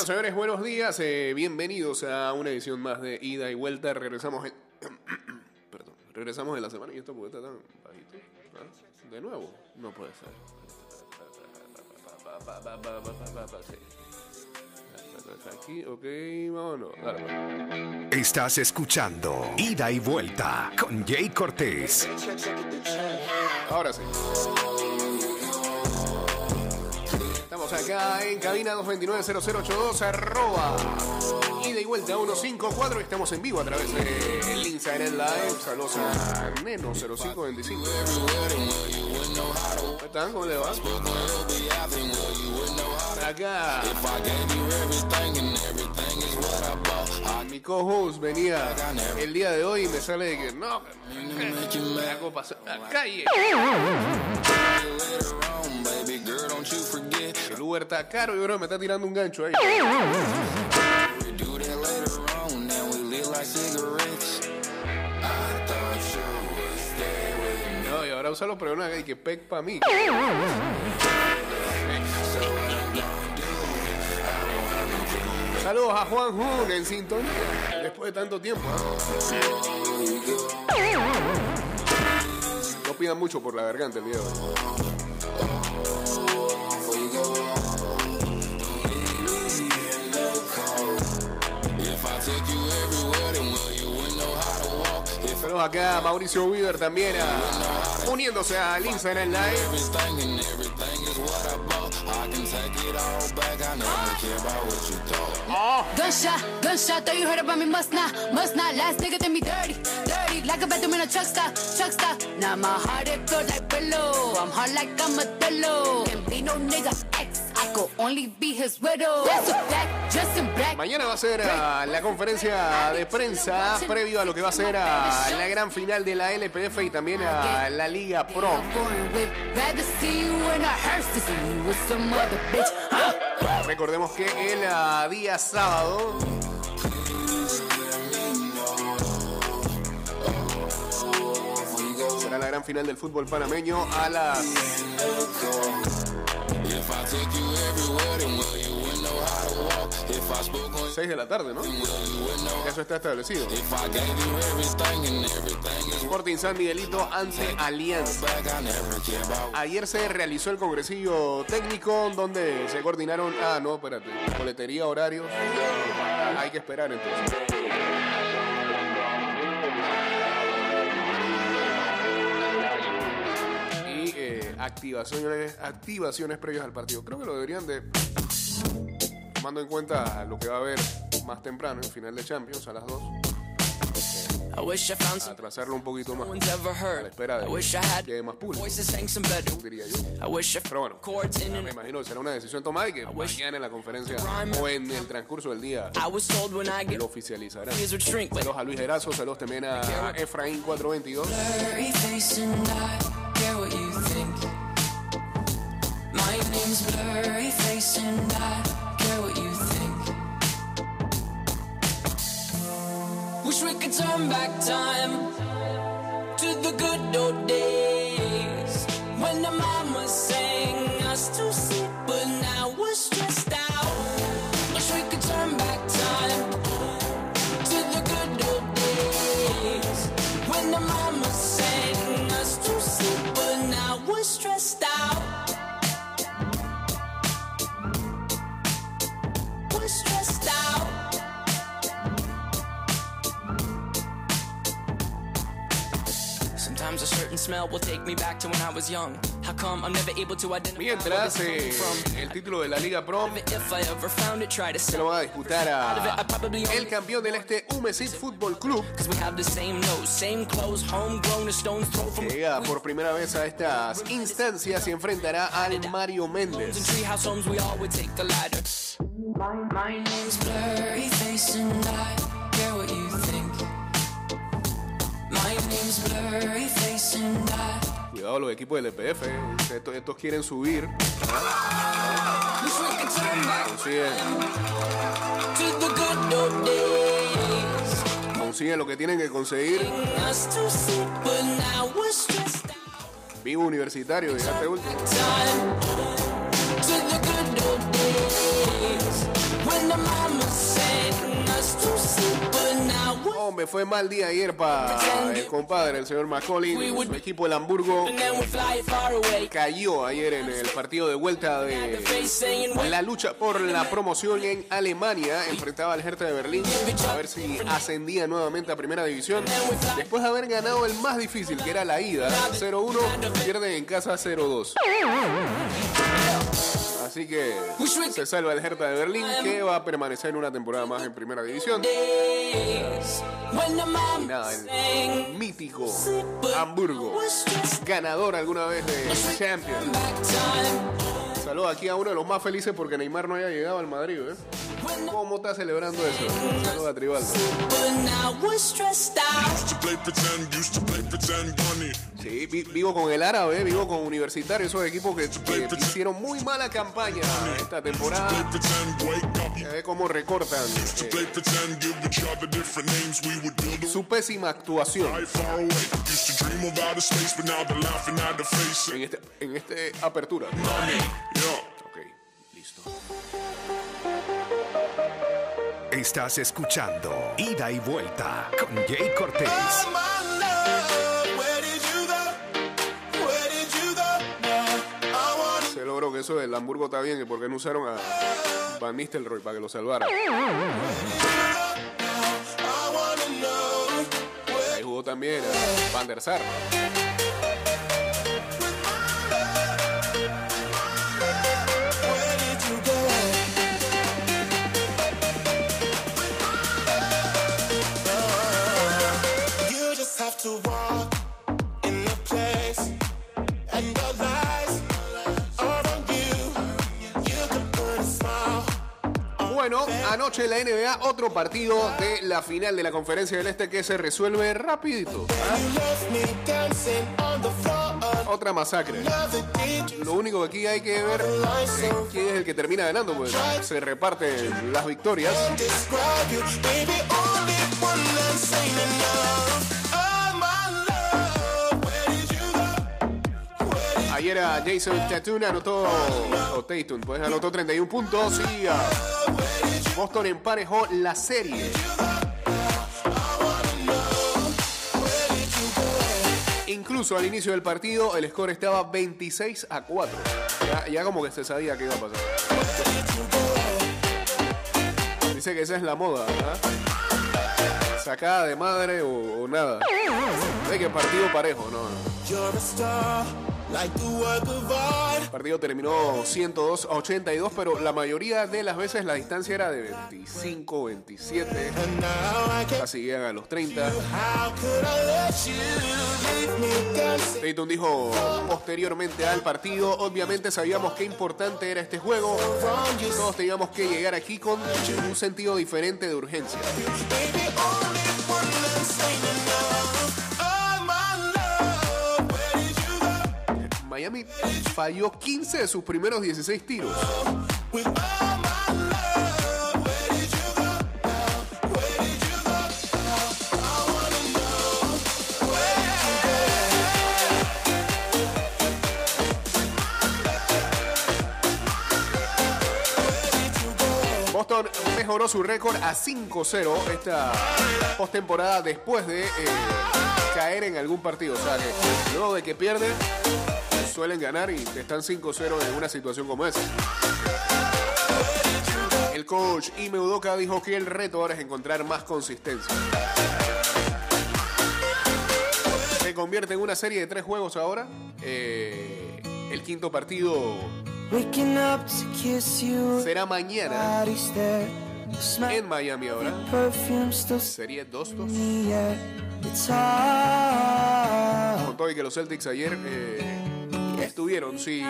Bueno, señores, buenos días. Bienvenidos a una edición más de Ida y Vuelta. Regresamos en la semana y esto porque está tan bajito. ¿Ah? De nuevo, no puede ser. Aquí, ok, vámonos. Dale. Estás escuchando Ida y Vuelta con Jay Cortés. Ahora sí. Estamos acá en cabina 229-0082 ida y vuelta 154. Estamos en vivo a través del Instagram Live. Saludos a Neno0525. ¿Cómo están? ¿Cómo le va? Acá mi co-host venía el día de hoy y me sale de que no, algo pasó en la calle. El Uber está caro y ahora me está tirando un gancho ahí. No, y ahora usa los pregones que peg pa' mí. Saludos a Juan Jun en sintonía después de tanto tiempo. No pidan mucho por la garganta el día de hoy. Saludos acá a Mauricio Weaver también uniéndose al Instagram Live. Gunshot, thought you heard about me, must not. Last nigga did me dirty, like a bedroom in a truck stop. Now my heart it feels like pillow. I'm hard like I'm a pillow. Can't be no nigga ex, I could only be his widow. That's a fact, just in black. Mañana va a ser la conferencia de prensa previo a lo que va a ser la gran final de la LPF y también a la Liga Pro. Recordemos que el día sábado será la gran final del fútbol panameño a las 6 de la tarde, ¿no? Eso está establecido. Sporting San Miguelito ante Alianza. Ayer se realizó el congresillo técnico donde se coordinaron. No, espérate. Boletería, horarios. Hay que esperar entonces. Activaciones previas al partido. Creo que lo deberían de, tomando en cuenta lo que va a haber más temprano, en final de Champions a las 2, atrasarlo un poquito más a la espera de que haya más público, diría yo. Pero bueno, me imagino que será una decisión tomada y que mañana en la conferencia o en el transcurso del día lo oficializarán. Saludos a Luis Erazo, saludos también a Efraín 422. My name's Blurryface and I care what you think. Wish we could turn back time to the good old days when the mama sang us to sleep, but now we're stressed out. Wish we could turn back time to the good old days when the mama sang us to sleep, but now we're stressed out. Mientras el título de la Liga Pro se lo va a disputar a el campeón del este, Umesid Fútbol Club, que llega por primera vez a estas instancias y enfrentará al Mario Méndez. My name's Blurryface and I care what you think. My name's Blurryface and I. Cuidado los equipos del EPF, estos quieren subir. Consiguen lo que tienen que conseguir. Vivo Universitario, llegaste último. Hombre, fue mal día ayer para el compadre, el señor McCauley. Su equipo, el Hamburgo, cayó ayer en el partido de vuelta de la lucha por la promoción en Alemania. Enfrentaba al Hertha de Berlín a ver si ascendía nuevamente a Primera División. Después de haber ganado el más difícil, que era la ida, 0-1, pierde en casa 0-2. Así que se salva el Hertha de Berlín, que va a permanecer una temporada más en Primera División. Y nada, el mítico Hamburgo, ganador alguna vez de Champions. Saludos aquí a uno de los más felices porque Neymar no haya llegado al Madrid, ¿eh? ¿Cómo está celebrando eso? Saludos a Tribaldo. Sí, vivo con el árabe, vivo con Universitario, esos equipos que hicieron muy mala campaña esta temporada. Ya ve cómo recortan su pésima actuación en este apertura. Ok, listo. Estás escuchando Ida y Vuelta con Jay Cortés. Se logró que eso del Hamburgo está bien, y por qué no usaron a Van Nistelrooy para que lo salvara. Ahí jugó también a Van der Sar. Bueno, anoche la NBA, otro partido de la final de la Conferencia del Este que se resuelve rapidito. Otra masacre. Lo único que aquí hay que ver es quién es el que termina ganando, pues se reparten las victorias. Ayer a Jason Tatum anotó 31 puntos y Boston emparejó la serie. Incluso al inicio del partido el score estaba 26-4. Ya como que se sabía que iba a pasar. Dice que esa es la moda, ¿verdad? Sacada de madre o nada. De que partido parejo, no. El partido terminó 102-82, pero la mayoría de las veces la distancia era de 25, 27. Casi llegan a los 30. Tatum dijo posteriormente al partido: obviamente sabíamos qué importante era este juego. Todos teníamos que llegar aquí con un sentido diferente de urgencia. Miami falló 15 de sus primeros 16 tiros. Boston mejoró su récord a 5-0 esta postemporada después de caer en algún partido. O sea que luego de que pierden, suelen ganar y están 5-0 en una situación como esa. El coach Ime Udoka dijo que el reto ahora es encontrar más consistencia. Se convierte en una serie de 3 juegos ahora. El quinto partido será mañana en Miami ahora. Sería 2-2. Con todo y que los Celtics ayer estuvieron sin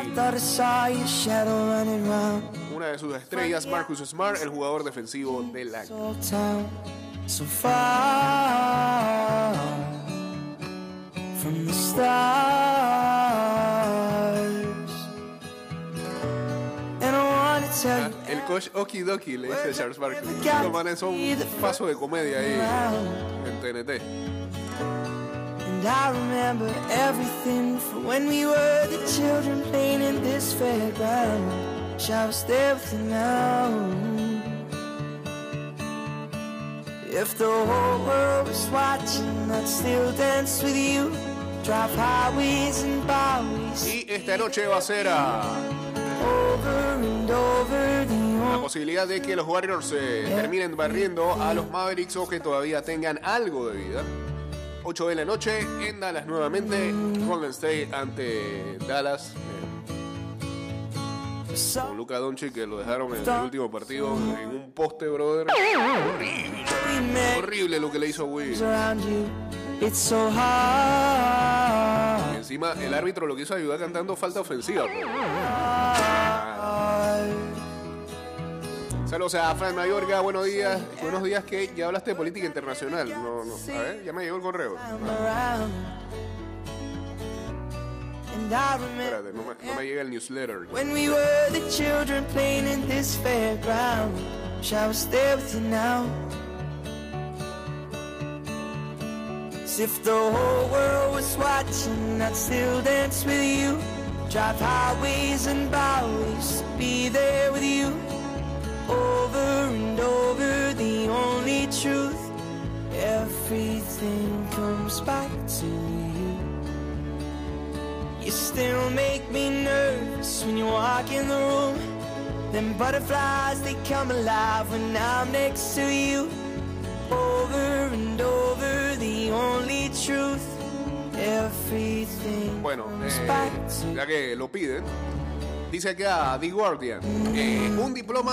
una de sus estrellas, Marcus Smart, el jugador defensivo del año. El coach Okidoki le dice a Charles Barkley. Los manes son un paso de comedia ahí en TNT. I remember everything from when we were the children playing in this fairground. I was there with you now. If the whole world was watching, I'd still dance with you. Drive highways and byways. Y esta noche va a ser Over and over la posibilidad de que los Warriors terminen barriendo a los Mavericks o que todavía tengan algo de vida. 8 de la noche en Dallas nuevamente. Golden State ante Dallas. Con Luka Doncic, que lo dejaron en el último partido en un poste, brother. Horrible lo que le hizo Wiggins. It's so hard. Y encima el árbitro lo quiso ayudar cantando falta ofensiva. Saludos a Fran Mayorga, buenos días. Buenos días, que ya hablaste de política internacional. No. A ver, ya me llegó el correo. Espérate, no me llega el newsletter. When we were the children playing in this fairground, wish I was there with you now. If the whole world was watching, I'd still dance with you. Drive highways and byways, be there with you. Over and over, the only truth. Everything comes back to you. You still make me nervous when you walk in the room. Them butterflies, they come alive when I'm next to you. Over and over, the only truth. Everything comes back to ya que lo piden, dice acá The Guardian, un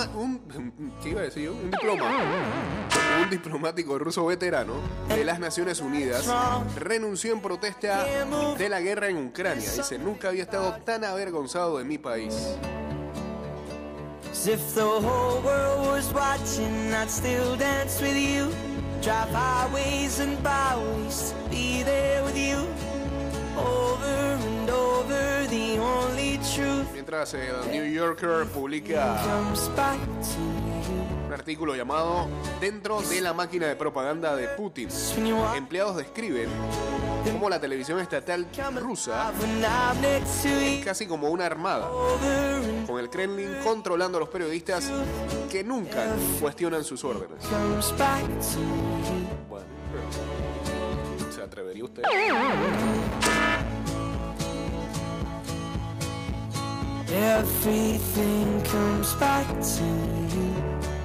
diplomático ruso veterano de las Naciones Unidas renunció en protesta de la guerra en Ucrania. Dice, nunca había estado tan avergonzado de mi país. If the whole world was watching, I'd still dance with you. Drive highways and byways, be there with you. Over and over, the only truth. Mientras el New Yorker publica un artículo llamado Dentro de la máquina de propaganda de Putin, empleados describen cómo la televisión estatal rusa es casi como una armada, con el Kremlin controlando a los periodistas que nunca cuestionan sus órdenes. Bueno, ¿se atrevería usted? Everything comes back to you.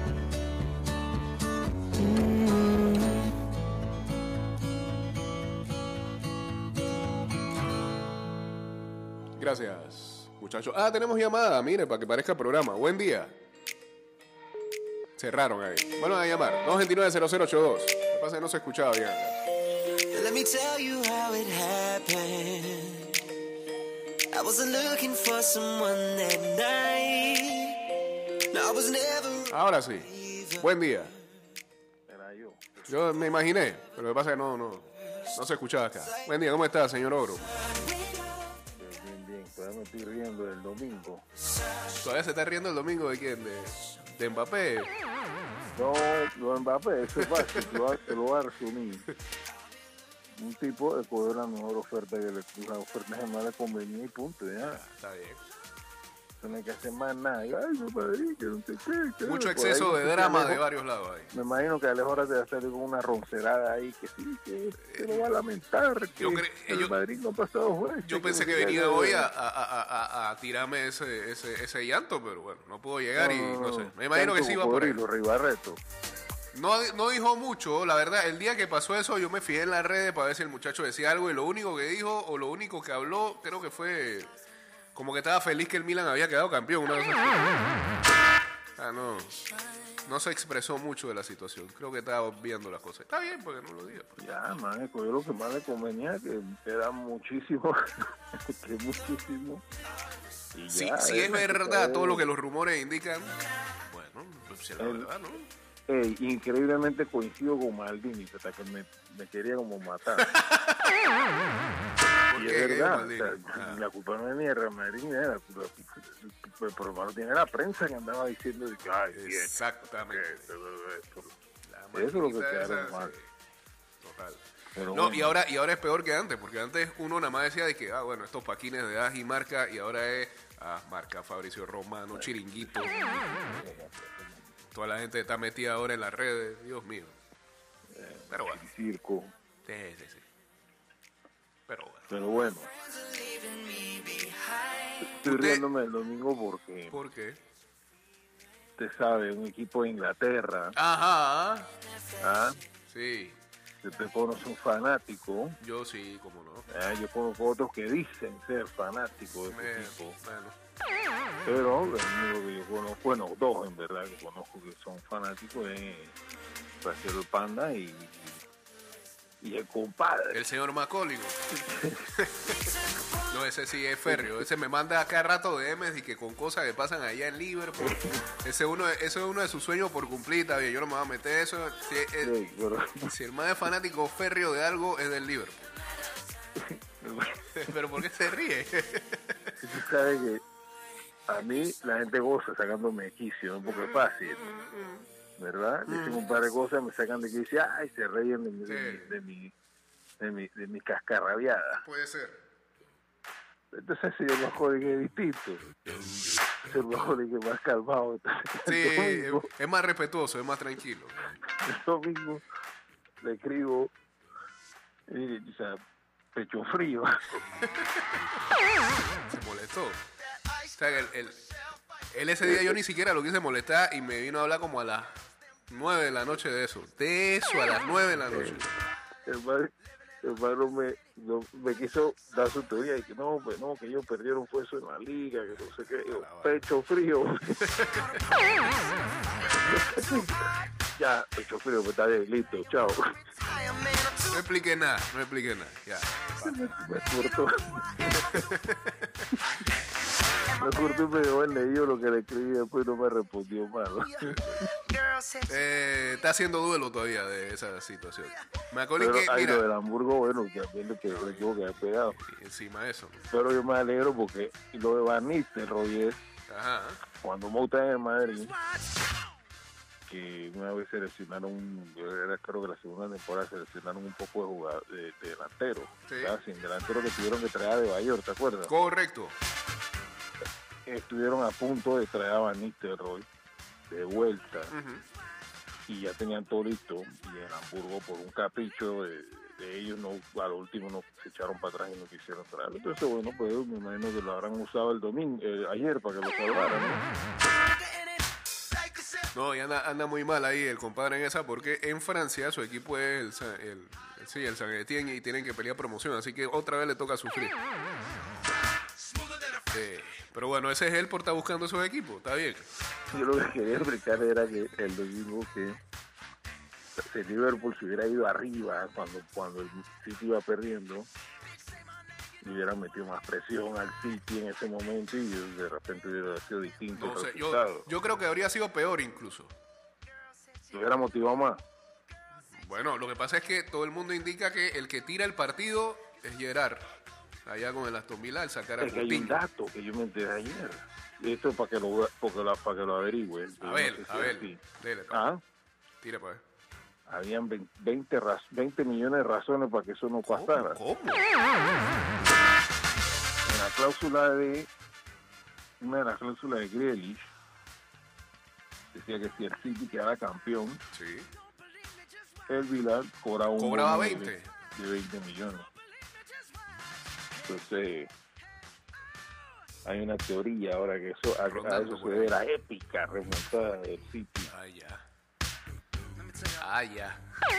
Gracias, muchachos. Tenemos llamada, mire, para que parezca programa. Buen día. Cerraron ahí. Bueno, a llamar. 229-0082. Me pasa que no se escuchaba bien. Let me tell you how it happened. I wasn't looking for someone that night. No, I was never. Ahora sí. Buen día. Era yo. Yo me imaginé, pero lo que pasa es que no se escuchaba acá. Buen día, ¿cómo está, señor Oro? Bien. Todavía me estoy riendo del domingo. ¿Todavía se está riendo el domingo de quién? ¿De Mbappé? No, Mbappé, eso es fácil. Te lo voy a resumir. Un tipo escogió la mejor oferta que la oferta que más le convenía y punto, ya. Está bien. No hay que hacer más nada. Ay, me padre, que no sé qué. Mucho exceso de drama de varios lados ahí. Me imagino que a las horas de hacer con una roncerada ahí, que sí, que se lo va a lamentar, que el Madrid no ha pasado juez. Yo pensé que venía hoy a tirarme ese llanto, pero bueno, no pudo llegar y no sé. Me imagino que sí iba por ahí. No dijo mucho, la verdad. El día que pasó eso yo me fijé en las redes para ver si el muchacho decía algo y lo único que dijo o lo único que habló creo que fue como que estaba feliz que el Milan había quedado campeón. Una vez no se expresó mucho de la situación. Creo que estaba viendo las cosas. Está bien porque no lo diga. Pues. Ya, man, yo lo que más le convenía que era muchísimo, que muchísimo. Y si ya, es verdad todo lo que los rumores indican, bueno, pues si es la verdad, ¿no? Increíblemente coincido con Maldini, hasta que me quería como matar. Y es verdad, o sea, la culpa no es ni de Real Madrid, ni de la culpa, el problema tiene la prensa que andaba diciendo de que, ay, exactamente. Eso es lo que quedaron mal. Total. Pero no, bueno. y ahora es peor que antes, porque antes uno nada más decía de que, bueno, estos paquines de Agi marca, y ahora es marca Fabricio Romano, Chiringuito. Toda la gente está metida ahora en las redes, Dios mío. Pero bueno. circo. Sí. Pero bueno. Estoy riéndome el domingo porque... ¿Por qué? Usted sabe, un equipo de Inglaterra. Ajá. ¿Ah? Sí. Usted conoce un fanático. Yo sí, cómo no. Yo conozco otros que dicen ser fanáticos de ese equipo. Bueno. Pero el único que yo conozco, bueno, dos en verdad que conozco que son fanáticos es Rachel Panda y el compadre. El señor Macaulay. No, ese sí es férreo. Ese me manda acá rato DMs y que con cosas que pasan allá en Liverpool. Eso es uno de sus sueños por cumplir, está bien. Yo no me voy a meter eso. Si el más fanático férreo de algo es del Liverpool. Pero ¿por qué se ríe? Usted sabe que a mí la gente goza sacándome de quicio, ¿no? Porque es fácil, ¿verdad? Dicen un par de cosas, me sacan de quicio, ay, se ríen de mi cascarrabiada. Puede ser. Entonces ese señor Macaulay que es distinto. Ese Macaulay que es más calmado. Sí, es más respetuoso, es más tranquilo. El domingo le escribo, o sea, pecho frío. Se molestó. O sea, él ese día yo ni siquiera lo quise molestar y me vino a hablar como a las 9 de la noche de eso. De eso a las 9 de la noche. Hermano me quiso dar su teoría y que no, que ellos perdieron fue eso en la liga, que no sé qué, pecho frío. Ya, pecho frío, pues está bien, listo, chao. No expliqué nada, ya. Me cortó. Me cortó y me dejó el leído lo que le escribí, después no me respondió más, ¿no? Está haciendo duelo todavía de esa situación. Me acuerdo Pero que, mira, lo del Hamburgo, bueno, que también le equipo que ha pegado. Encima de eso. Pero yo me alegro porque lo de Van Nistelrooy es, Ajá. cuando Mouta en el Madrid, que una vez seleccionaron, creo que la segunda temporada seleccionaron un poco de jugador, de delantero, sí. Sin delantero que tuvieron que traer de Nueva York, ¿te acuerdas? Correcto. Estuvieron a punto de traer a Van Nistelrooy de vuelta y ya tenían todo listo, y en Hamburgo por un capricho de ellos no, a lo último no se echaron para atrás y no quisieron traerlo. Entonces bueno, pues me imagino que lo habrán usado el domingo, ayer para que lo salvaran, ¿no? No, y anda muy mal ahí el compadre en esa, porque en Francia su equipo es el Saint-Étienne y tienen que pelear promoción, así que otra vez le toca sufrir. Pero bueno, ese es él por estar buscando esos equipos, está bien. Yo lo que quería explicar era que el domingo que el Liverpool se hubiera ido arriba cuando el City iba perdiendo, y hubieran metido más presión al City en ese momento y de repente hubiera sido distinto el resultado. Yo creo que habría sido peor incluso. ¿Se hubiera motivado más? Bueno, lo que pasa es que todo el mundo indica que el que tira el partido es Gerrard, allá con el Aston Villa, al sacar a Es que hay un dato que yo me enteré ayer. Esto es para que lo averigüe. A ver, dele, tira para ver. Habían 20 millones de razones para que eso no pasara. ¿Cómo? En la cláusula una de las cláusulas de Grealish decía que si el City quedaba campeón, Sí. el Villa cobraba Cobraba bono 20. de 20 millones. Entonces hay una teoría ahora que eso a eso se debe la épica remontada del City. Ya.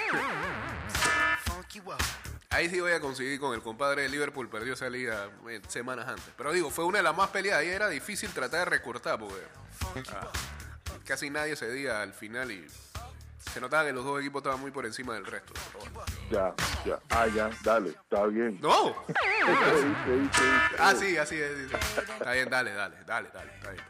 Ahí sí voy a conseguir con el compadre de Liverpool, perdió esa liga semanas antes. Pero digo, fue una de las más peleadas y era difícil tratar de recortar porque casi nadie cedía al final y se notaba que los dos equipos estaban muy por encima del resto. Ya. Ya, dale, está bien. ¡No! Sí. Así es. Está bien, dale. Está bien,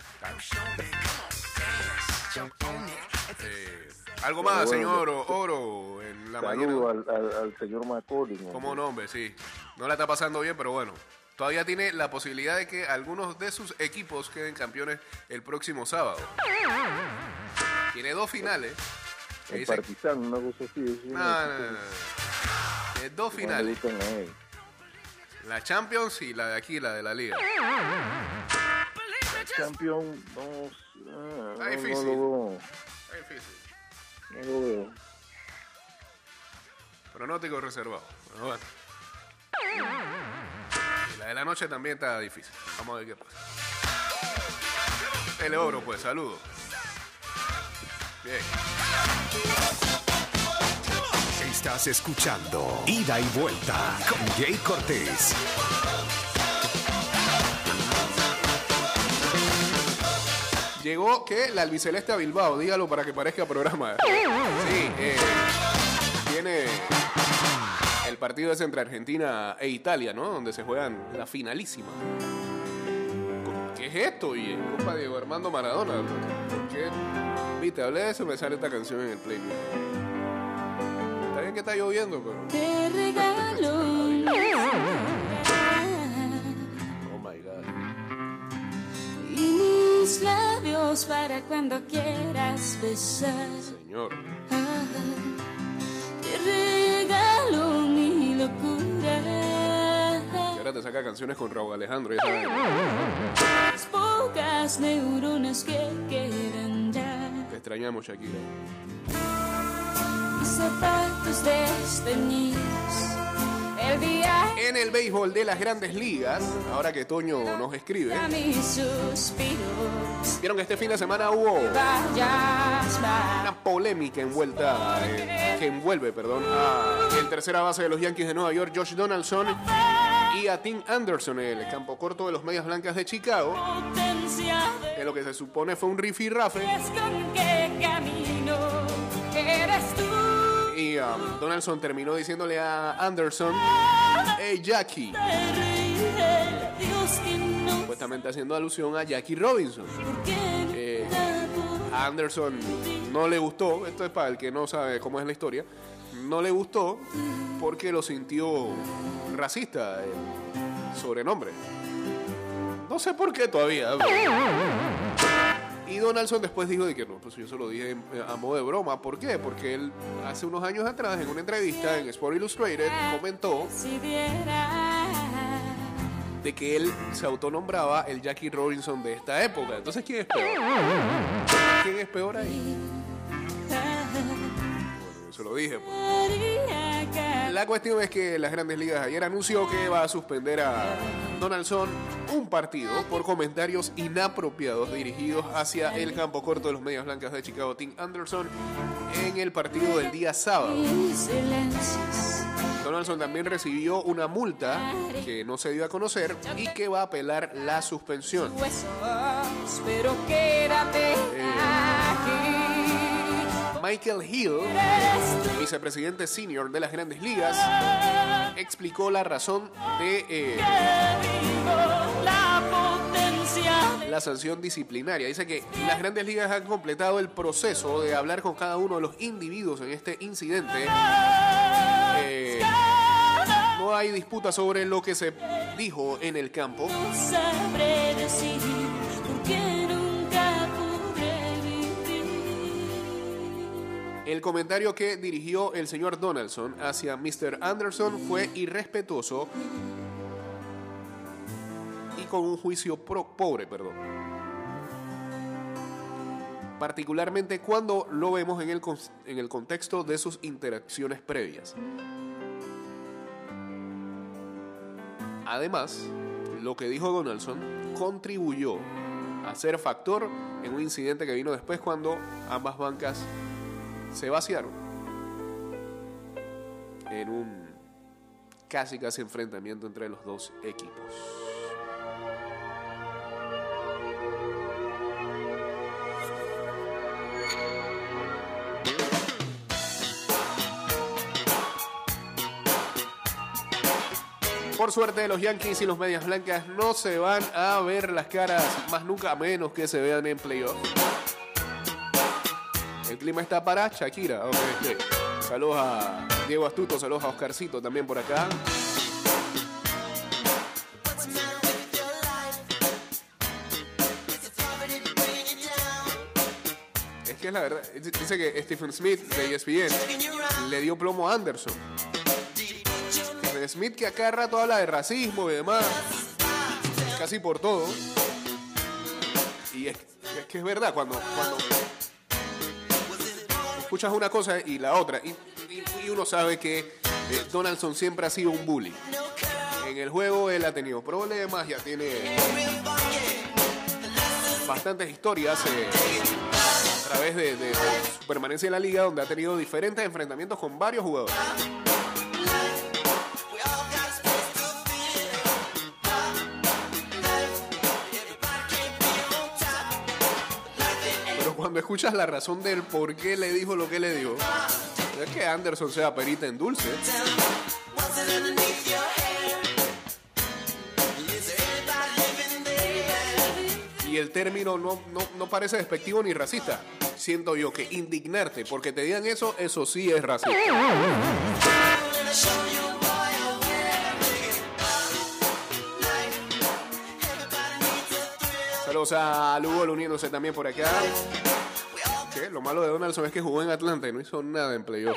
algo más, señor Oro, en la mañana. Saludo al señor Macaulay. Como nombre, sí. No la está pasando bien, pero bueno. Todavía tiene la posibilidad de que algunos de sus equipos queden campeones el próximo sábado. Tiene 2 finales. El Partizan, una cosa así. No. Tiene 2 finales. La Champions y la de aquí, la de la Liga. Champions, Está difícil. No lo veo. Pronóstico reservado. Pero bueno. Y la de la noche también está difícil. Vamos a ver qué pasa. El oro, pues, saludos. Bien. Estás escuchando Ida y Vuelta con Jay Cortés. Llegó, ¿qué? La albiceleste a Bilbao. Dígalo para que parezca programa. Sí, tiene el partido es entre Argentina e Italia, ¿no? Donde se juegan la finalísima. ¿Qué es esto? Y compa Diego Armando Maradona. ¿Qué? Viste, hablé de eso, me sale esta canción en el playlist. Está bien que está lloviendo, pero... Te regalo. Oh my God. Y mis labios para cuando quieras besar. Señor. Te regalo mi locura. Y ahora te saca canciones con Raúl Alejandro, ya sabes. Las pocas neuronas que quedan ya. Te extrañamos, Shakira. Mis zapatos desteñidos. El viaje En el béisbol de las Grandes Ligas, ahora que Toño nos escribe, a mis suspiros. vieron que este fin de semana hubo Vayas más. una polémica que envuelve a el tercera base de los Yankees de Nueva York, Josh Donaldson, y a Tim Anderson, el campo corto de los Medias Blancas de Chicago, Potencia en lo que se supone fue un rifirrafe. es con qué camino eres tú. Y Donaldson terminó diciéndole a Anderson, hey Jackie, Dios que no supuestamente haciendo alusión a Jackie Robinson. A Anderson no le gustó, esto es para el que no sabe cómo es la historia, no le gustó porque lo sintió racista el sobrenombre. No sé por qué todavía. Y Donaldson después dijo de que no, pues yo se lo dije a modo de broma. ¿Por qué? Porque él hace unos años atrás en una entrevista en Sport Illustrated comentó de que él se autonombraba el Jackie Robinson de esta época. Entonces, ¿quién es peor? ¿Quién es peor ahí? Bueno, yo se lo dije, pues. La cuestión es que las Grandes Ligas ayer anunció que va a suspender a Donaldson un partido por comentarios inapropiados dirigidos hacia el campo corto de los Medias Blancas de Chicago, Tim Anderson, en el partido del día sábado. Donaldson también recibió una multa que no se dio a conocer y que va a apelar la suspensión. Pero quédate aquí. Michael Hill, vicepresidente senior de las Grandes Ligas, explicó la razón de la sanción disciplinaria. Dice que las Grandes Ligas han completado el proceso de hablar con cada uno de los individuos en este incidente. No hay disputa sobre lo que se dijo en el campo. Sabré decir por qué nunca podré vivir. El comentario que dirigió el señor Donaldson hacia Mr. Anderson fue irrespetuoso y con un juicio pobre, particularmente cuando lo vemos en el contexto de sus interacciones previas. Además, lo que dijo Donaldson contribuyó a ser factor en un incidente que vino después cuando ambas bancas se vaciaron en un casi enfrentamiento entre los dos equipos. Por suerte, los Yankees y los Medias Blancas no se van a ver las caras más nunca, a menos que se vean en playoff. El clima está para Shakira. Okay. Saludos a Diego Astuto, saludos a Oscarcito también por acá. Es que es la verdad. Dice que Stephen Smith de ESPN le dio plomo a Anderson. Smith, que a cada rato habla de racismo y demás, casi por todo. Y es que es verdad, cuando escuchas una cosa y la otra, y uno sabe que Donaldson siempre ha sido un bully. En el juego él ha tenido problemas, ya tiene bastantes historias a través de su permanencia en la liga, donde ha tenido diferentes enfrentamientos con varios jugadores. Pero cuando escuchas la razón del por qué le dijo lo que le dijo, es que Anderson sea perita en dulce. Y el término no parece despectivo ni racista. Siento yo que indignarte porque te digan eso, eso sí es racista. Saludos a Lugo uniéndose también por acá. ¿Qué? Lo malo de Donaldson es que jugó en Atlanta y no hizo nada en playoff.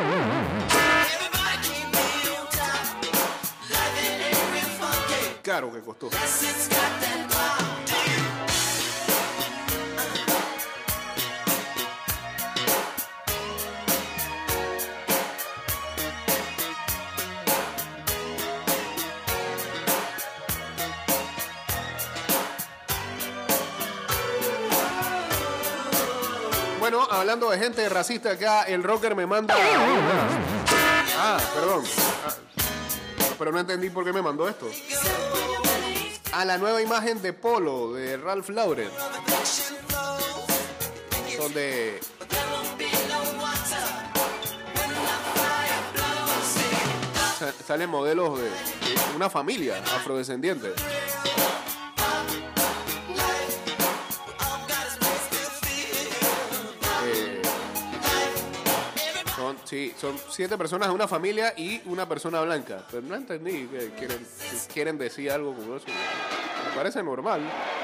Caro que costó. Bueno, hablando de gente racista acá, el rocker me manda... perdón. Pero no entendí por qué me mandó esto. A la nueva imagen de Polo de Ralph Lauren, donde salen modelos de una familia afrodescendiente. Son 7 personas de una familia y una persona blanca. Pero no entendí que quieren decir algo como eso. Me parece normal.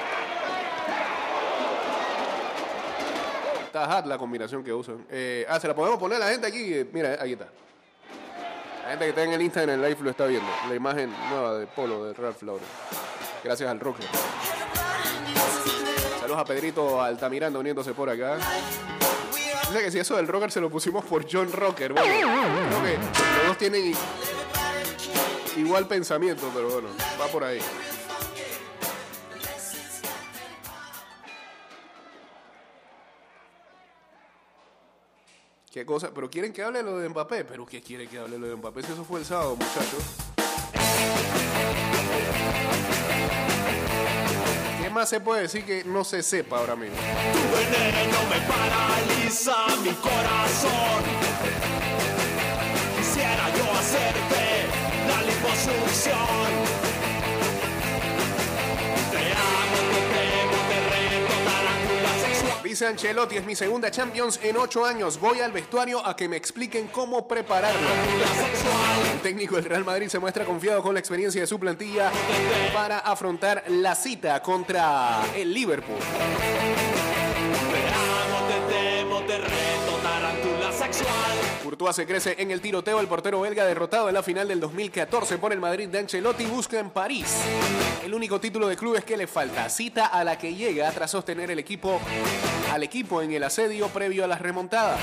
Está hot la combinación que usan. Se la podemos poner a la gente aquí. Mira, ahí está. La gente que está en el Insta, en el live, lo está viendo. La imagen nueva de Polo de Ralph Lauren. Gracias al rocker. Saludos a Pedrito Altamiranda uniéndose por acá. Dice que si eso del rocker se lo pusimos por John Rocker. Bueno, creo que los dos tienen igual pensamiento, pero bueno, va por ahí. ¿Qué cosa? ¿Pero quieren que hable lo de Mbappé? ¿Pero qué quiere que hable lo de Mbappé? Si eso fue el sábado, muchachos. ¿Qué más se puede decir que no se sepa ahora mismo? Tu veneno me paraliza mi corazón. Quisiera yo hacerte la liposucción. Te amo, te temo, te reto, tarántula sexual. Dice Ancelotti, es mi segunda Champions en 8 años. Voy al vestuario a que me expliquen cómo prepararla. El técnico del Real Madrid se muestra confiado con la experiencia de su plantilla para afrontar la cita contra el Liverpool. Courtois se crece en el tiroteo. El portero belga derrotado en la final del 2014 por el Madrid de Ancelotti busca en París el único título de clubes que le falta. Cita a la que llega tras sostener al equipo en el asedio previo a las remontadas.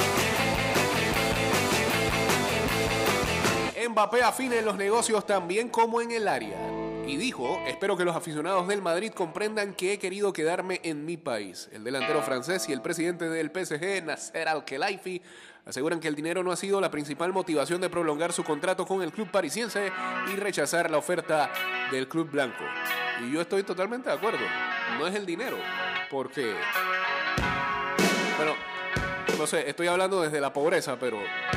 Mbappé afina en los negocios también como en el área. Y dijo, espero que los aficionados del Madrid comprendan que he querido quedarme en mi país. El delantero francés y el presidente del PSG, Nasser Al-Khelaifi, aseguran que el dinero no ha sido la principal motivación de prolongar su contrato con el club parisiense y rechazar la oferta del club blanco. Y yo estoy totalmente de acuerdo. No es el dinero, porque... Bueno, no sé, estoy hablando desde la pobreza, pero...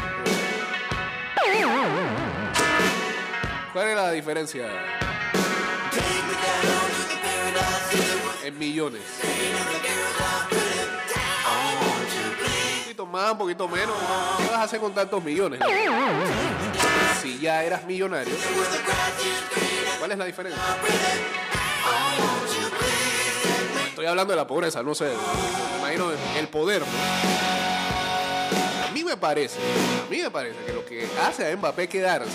¿Cuál es la diferencia? En millones. Un poquito más, un poquito menos. ¿Qué vas a hacer con tantos millones? Si ya eras millonario, ¿cuál es la diferencia? Estoy hablando de la pobreza, no sé. Me imagino el poder, ¿no? A mí me parece que lo que hace a Mbappé quedarse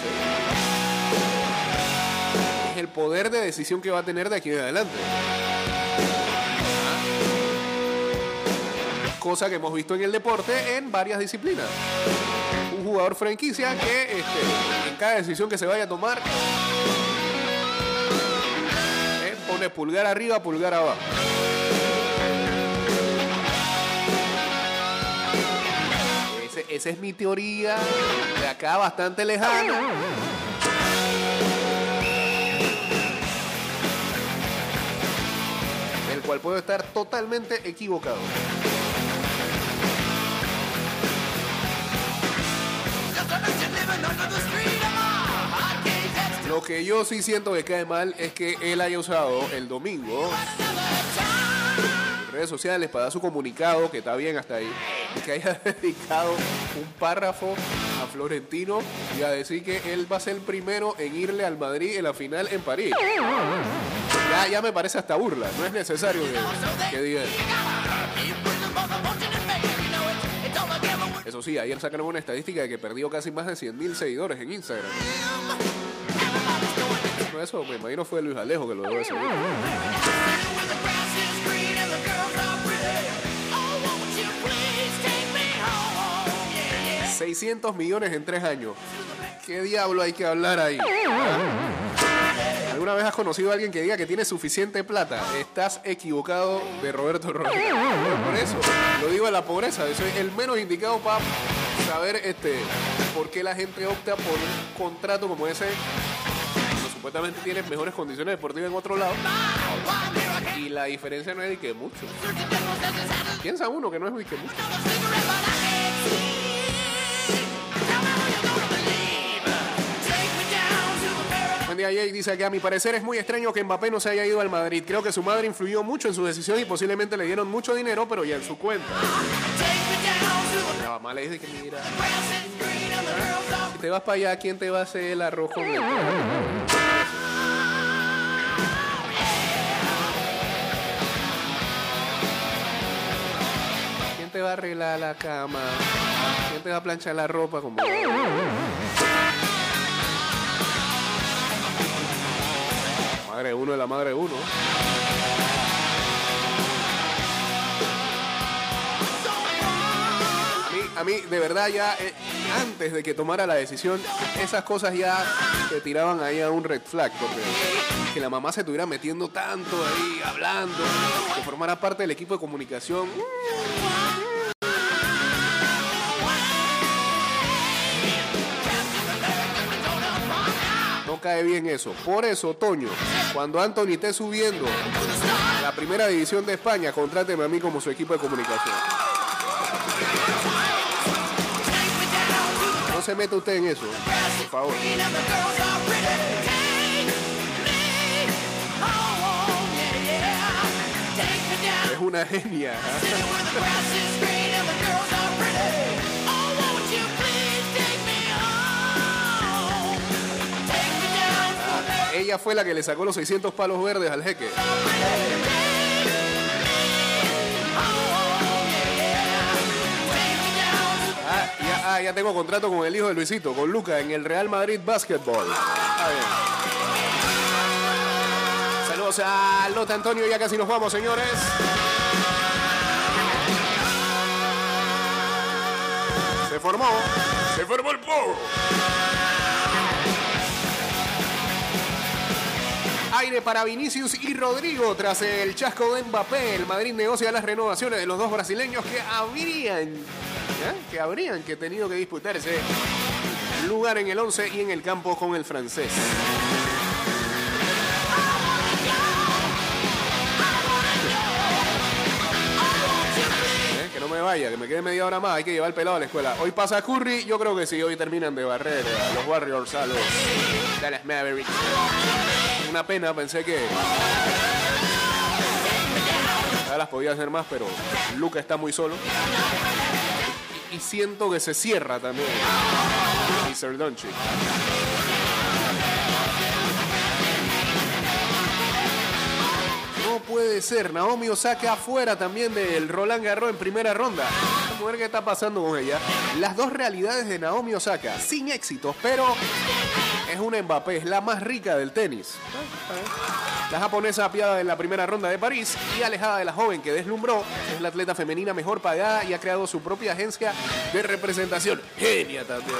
es el poder de decisión que va a tener de aquí en adelante. cosa que hemos visto en el deporte en varias disciplinas. Un jugador franquicia que en cada decisión que se vaya a tomar pone pulgar arriba, pulgar abajo. Esa es mi teoría de acá bastante lejana. El cual puedo estar totalmente equivocado. Lo que yo sí siento que cae mal es que él haya usado el domingo redes sociales para dar su comunicado, que está bien hasta ahí, y que haya dedicado un párrafo a Florentino y a decir que él va a ser el primero en irle al Madrid en la final en París. Ya me parece hasta burla, no es necesario que diga eso. Eso sí, ayer sacaron una estadística de que perdió casi más de 100,000 seguidores en Instagram. Eso me imagino fue Luis Alejo que lo debe seguir. 600 millones en 3 años. ¿Qué diablo hay que hablar ahí? ¿Alguna vez has conocido a alguien que diga que tiene suficiente plata? Estás equivocado de Roberto Rodríguez. Por eso lo digo de la pobreza. Yo soy el menos indicado para saber por qué la gente opta por un contrato como ese. Supuestamente tienes mejores condiciones deportivas en otro lado. Y la diferencia no es de que mucho. Piensa uno que no es de que mucho. Buen día, Jay. Dice que a mi parecer es muy extraño que Mbappé no se haya ido al Madrid. Creo que su madre influyó mucho en su decisión y posiblemente le dieron mucho dinero, pero ya en su cuenta. La mamá le dice que mira, si te vas para allá, ¿quién te va a hacer el arroz con el ¿Quién te va a arreglar la cama? ¿Quién te va a planchar la ropa? Como... Madre de uno es la madre de uno. A mí, de verdad, ya antes de que tomara la decisión, esas cosas ya te tiraban ahí a un red flag, porque que la mamá se estuviera metiendo tanto ahí, hablando, que formara parte del equipo de comunicación. No cae bien eso. Por eso, Toño, cuando Anthony esté subiendo a la primera división de España, contráteme a mí como su equipo de comunicación. No se meta usted en eso, por favor. Es una genia. Ella fue la que le sacó los 600 palos verdes al jeque. Ya tengo contrato con el hijo de Luisito, con Luca, en el Real Madrid Basketball. Saludos a Lota Antonio, ya casi nos vamos, señores. Se formó el pogo. Aire para Vinicius y Rodrigo tras el chasco de Mbappé. El Madrid negocia las renovaciones de los dos brasileños que habrían tenido que disputarse lugar en el 11 y en el campo con el francés. Que no me vaya, que me quede media hora más. Hay que llevar el pelado a la escuela. Hoy pasa Curry, yo creo que sí. Hoy terminan de barrer a los Warriors, a los Dallas Mavericks. Una pena, pensé que las podía hacer más, pero Luka está muy solo. Y siento que se cierra también Mr. Doncic. No puede ser. Naomi Osaka afuera también del Roland Garros en primera ronda. mujer que está pasando con ella. Las dos realidades de Naomi Osaka, sin éxitos, pero es una Mbappé, es la más rica del tenis. La japonesa apiada en la primera ronda de París y alejada de la joven que deslumbró, es la atleta femenina mejor pagada y ha creado su propia agencia de representación. Genia también.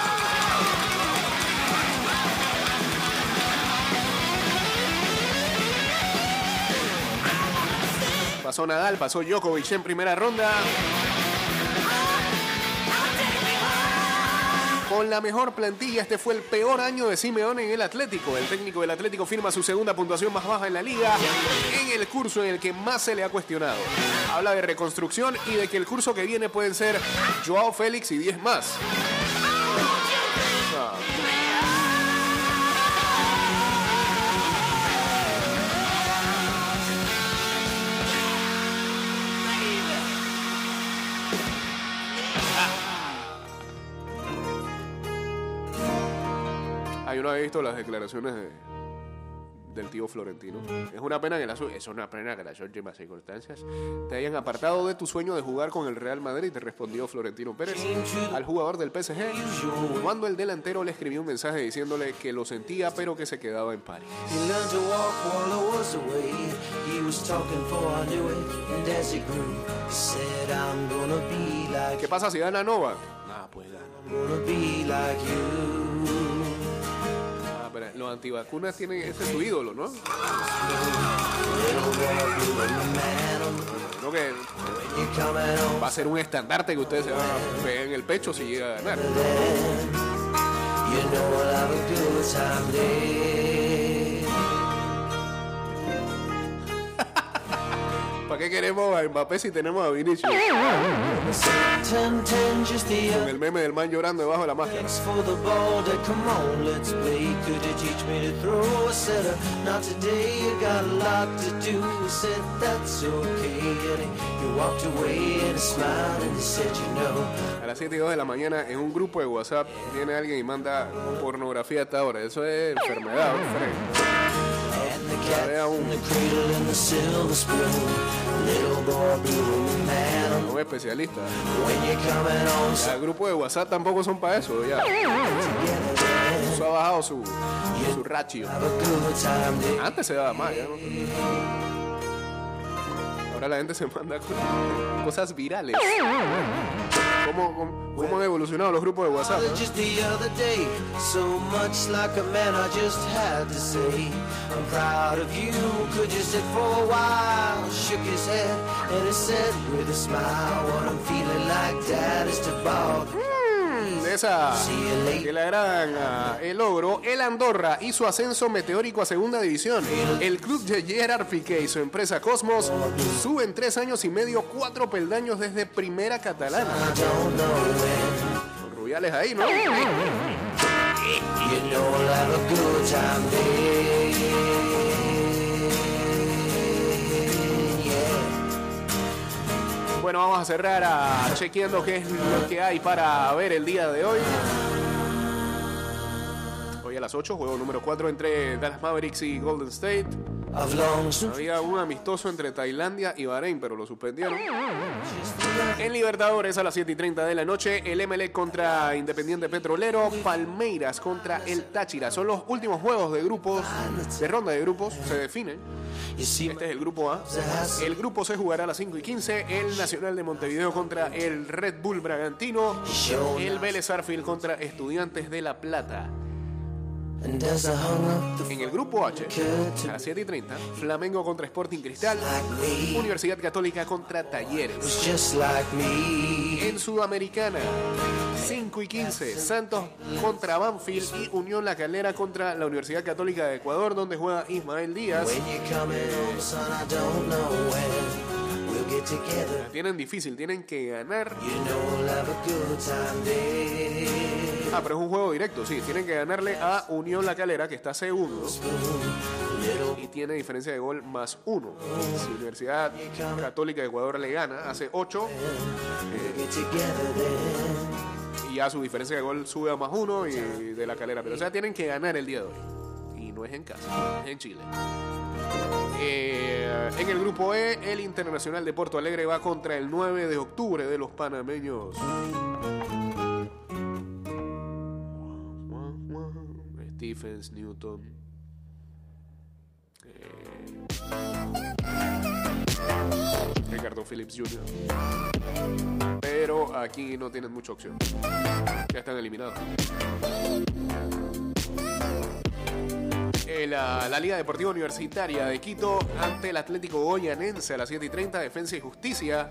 Pasó Nadal, pasó Djokovic en primera ronda. Con la mejor plantilla, este fue el peor año de Simeone en el Atlético. El técnico del Atlético firma su segunda puntuación más baja en la liga en el curso en el que más se le ha cuestionado. Habla de reconstrucción y de que el curso que viene pueden ser Joao Félix y 10 más. Yo no había visto las declaraciones del tío Florentino. Es una pena que las últimas circunstancias te hayan apartado de tu sueño de jugar con el Real Madrid, te respondió Florentino Pérez al jugador del PSG, cuando el delantero le escribió un mensaje diciéndole que lo sentía pero que se quedaba en París. ¿Qué pasa si gana Novak? Pues gana. Los antivacunas tienen, ese es su ídolo, ¿no? Creo que va a ser un estandarte que ustedes se van a pegar en el pecho si llega a ganar. ¿Para qué queremos a Mbappé si tenemos a Vinicius? Con el meme del man llorando debajo de la máscara. A las 7:02 de la mañana en un grupo de WhatsApp viene alguien y manda pornografía a esta hora. Eso es enfermedad, no es especialista. El grupo de WhatsApp tampoco son para eso. Ya. Eso ha bajado su ratio. Antes se daba más, ya no. Ahora la gente se manda cosas virales. ¿Cómo han evolucionado los grupos de WhatsApp? Esa que le agradan el Ogro, el Andorra y su ascenso meteórico a segunda división. El club de Gerard Piqué y su empresa Cosmos suben 3 años y medio 4 peldaños desde primera catalana. Con Rubiales ahí, ¿no? Bueno, vamos a cerrar chequeando qué es lo que hay para ver el día de hoy. Hoy a las 8, juego número 4 entre Dallas Mavericks y Golden State. Había un amistoso entre Tailandia y Bahrein, pero lo suspendieron. En Libertadores a las 7:30 de la noche, el Emelec contra Independiente Petrolero, Palmeiras contra el Táchira. Son los últimos juegos de grupos, de ronda de grupos, se definen. Este es el grupo A. El grupo C jugará a las 5:15. El Nacional de Montevideo contra el Red Bull Bragantino. El Vélez Sarsfield contra Estudiantes de La Plata. En el grupo H, a las 7:30, Flamengo contra Sporting Cristal, Universidad Católica contra Talleres. En Sudamericana, 5:15, Santos contra Banfield y Unión La Calera contra la Universidad Católica de Ecuador, donde juega Ismael Díaz. La tienen difícil, tienen que ganar. Pero es un juego directo, sí. Tienen que ganarle a Unión La Calera, que está segundo, y tiene diferencia de gol +1. Si Universidad Católica de Ecuador le gana, hace 8. Y ya su diferencia de gol sube a +1 y de La Calera. Pero o sea, tienen que ganar el día de hoy. Y no es en casa, es en Chile. En el grupo E, el Internacional de Porto Alegre va contra el 9 de octubre de los panameños. Stephens, Newton. Ricardo Phillips Jr. Pero aquí no tienen mucha opción. Ya están eliminados. La Liga Deportiva Universitaria de Quito ante el Atlético Goyanense a las 7:30. Defensa y Justicia.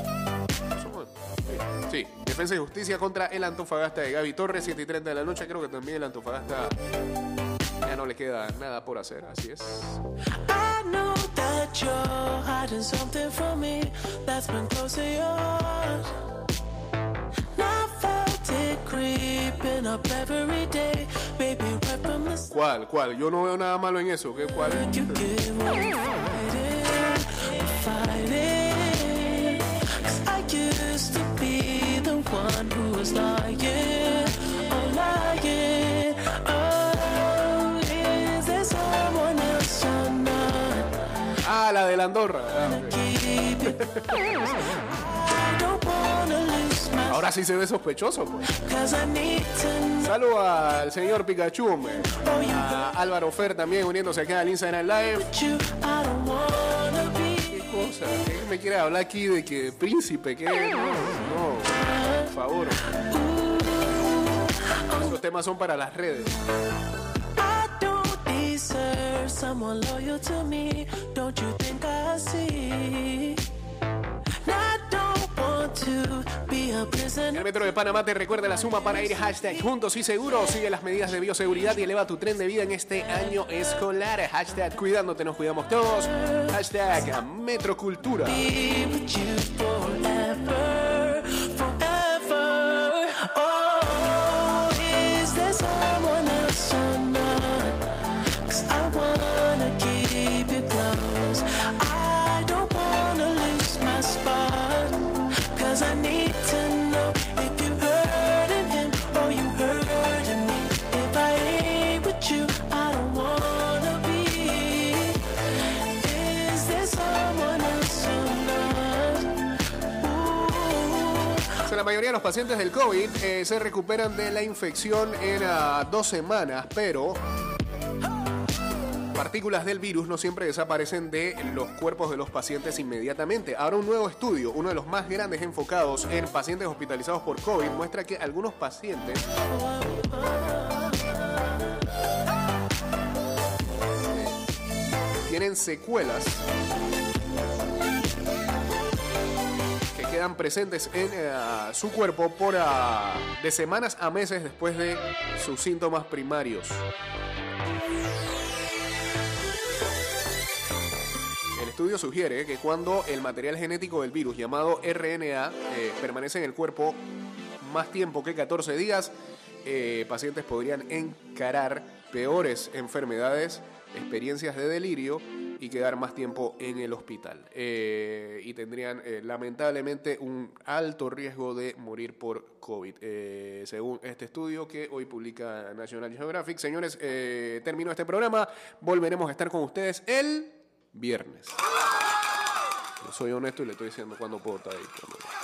Sí, Defensa y Justicia contra el Antofagasta de Gaby Torres, 7:30 de la noche. Creo que también el Antofagasta ya no le queda nada por hacer, así es. I know that you're hiding something from me that's been close to yours. I felt it creeping up every day, baby, right from the start. ¿Cuál? Yo no veo nada malo en eso. ¿Qué cuál? You give what you're fighting. 'Cause I used to be the one who was lying, oh lying. Oh, is there someone else or not? Ah, la de la Andorra. Keep it close. I don't wanna lose my Ahora sí se ve sospechoso, pues. 'cause I need to know. Saludos al señor Pikachu, hombre. Oh, you A Álvaro Fer también uniéndose aquí al Instagram Live. got you. I don't wanna be. ¿Qué cosa? ¿Qué me quiere hablar aquí de que príncipe? ¿Qué? No, por favor. Esos temas son para las redes. I don't deserve someone loyal to me. Don't you think I see? I don't want to be a prisoner. El Metro de Panamá te recuerda la suma para ir hashtag juntos y seguros. Sigue las medidas de bioseguridad y eleva tu tren de vida en este año escolar. Hashtag cuidándote, nos cuidamos todos. Hashtag Metrocultura. Be with you forever, forever. Oh, is there someone else or not? 'Cause I wanna keep you close. I don't wanna lose my spot. 'Cause I need to know if you hurting him or you hurting me. If I ain't with you, I don't wanna be. Is there someone else or not? Ooh. La mayoría de los pacientes del COVID se recuperan de la infección en 2 semanas, pero partículas del virus no siempre desaparecen de los cuerpos de los pacientes inmediatamente. Ahora un nuevo estudio, uno de los más grandes enfocados en pacientes hospitalizados por COVID, muestra que algunos pacientes tienen secuelas que quedan presentes en su cuerpo por de semanas a meses después de sus síntomas primarios. El estudio sugiere que cuando el material genético del virus llamado RNA permanece en el cuerpo más tiempo que 14 días, pacientes podrían encarar peores enfermedades, experiencias de delirio y quedar más tiempo en el hospital. Y tendrían lamentablemente un alto riesgo de morir por COVID, según este estudio que hoy publica National Geographic. Señores, terminó este programa. Volveremos a estar con ustedes el viernes. Yo soy honesto y le estoy diciendo cuándo puedo estar ahí.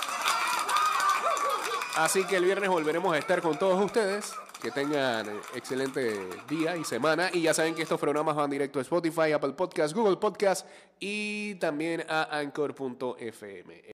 Así que el viernes volveremos a estar con todos ustedes. Que tengan excelente día y semana. Y ya saben que estos programas van directo a Spotify, Apple Podcasts, Google Podcasts y también a Anchor.fm.